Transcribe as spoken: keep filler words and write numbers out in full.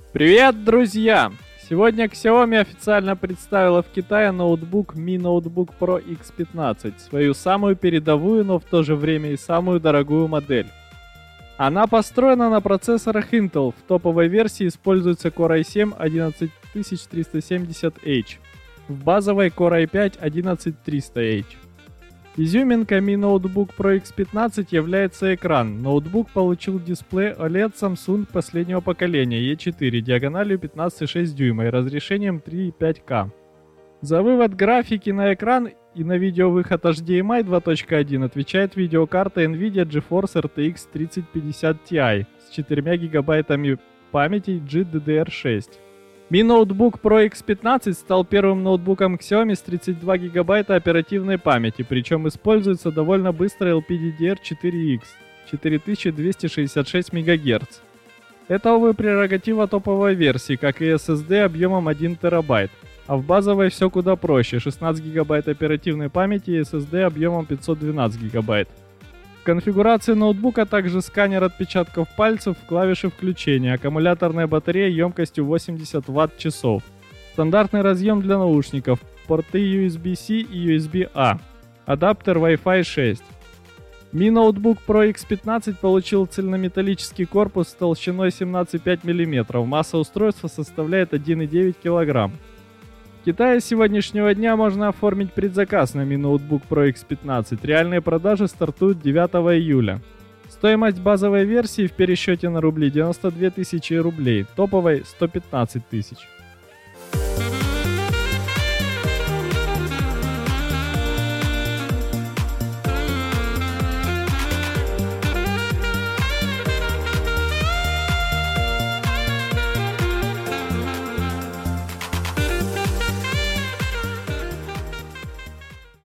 Привет, друзья! Сегодня Xiaomi официально представила в Китае ноутбук Mi Notebook Pro икс пятнадцать, свою самую передовую, но в то же время и самую дорогую модель. Она построена на процессорах Intel, в топовой версии используется Core ай семь одиннадцать триста семьдесят эйч, в базовой Core ай пять одиннадцать триста эйч. Изюминка Mi Notebook Pro икс пятнадцать является экран. Ноутбук получил дисплей о лед Samsung последнего поколения и четыре диагональю пятнадцать целых шесть десятых дюйма и разрешением три и пять ка. За вывод графики на экран и на видеовыход эйч ди эм ай два точка один отвечает видеокарта NVIDIA GeForce эр ти экс тридцать пятьдесят Ti с четырьмя гигабайтами памяти джи ди ди ар шесть. Mi Notebook Pro икс пятнадцать стал первым ноутбуком Xiaomi с тридцать два гигабайта оперативной памяти, причем используется довольно быстрый эл пи ди ди ар четыре икс четыре тысячи двести шестьдесят шесть мегагерц. Это, увы, прерогатива топовой версии, как и эс эс ди объемом один терабайт, а в базовой все куда проще, шестнадцать гигабайт оперативной памяти и эс эс ди объемом пятьсот двенадцать гигабайт. В конфигурации ноутбука также сканер отпечатков пальцев, клавиши включения, аккумуляторная батарея емкостью восемьдесят ватт-часов, стандартный разъем для наушников, порты ю эс би-C и ю эс би-A, адаптер Wi-Fi шесть. Mi Notebook Pro икс пятнадцать получил цельнометаллический корпус с толщиной семнадцать целых пять десятых миллиметра, масса устройства составляет один целых девять десятых килограмма. В Китае с сегодняшнего дня можно оформить предзаказ на Mi Notebook Pro икс пятнадцать. Реальные продажи стартуют девятого июля. Стоимость базовой версии в пересчете на рубли девяносто две тысячи рублей, топовой сто пятнадцать тысяч.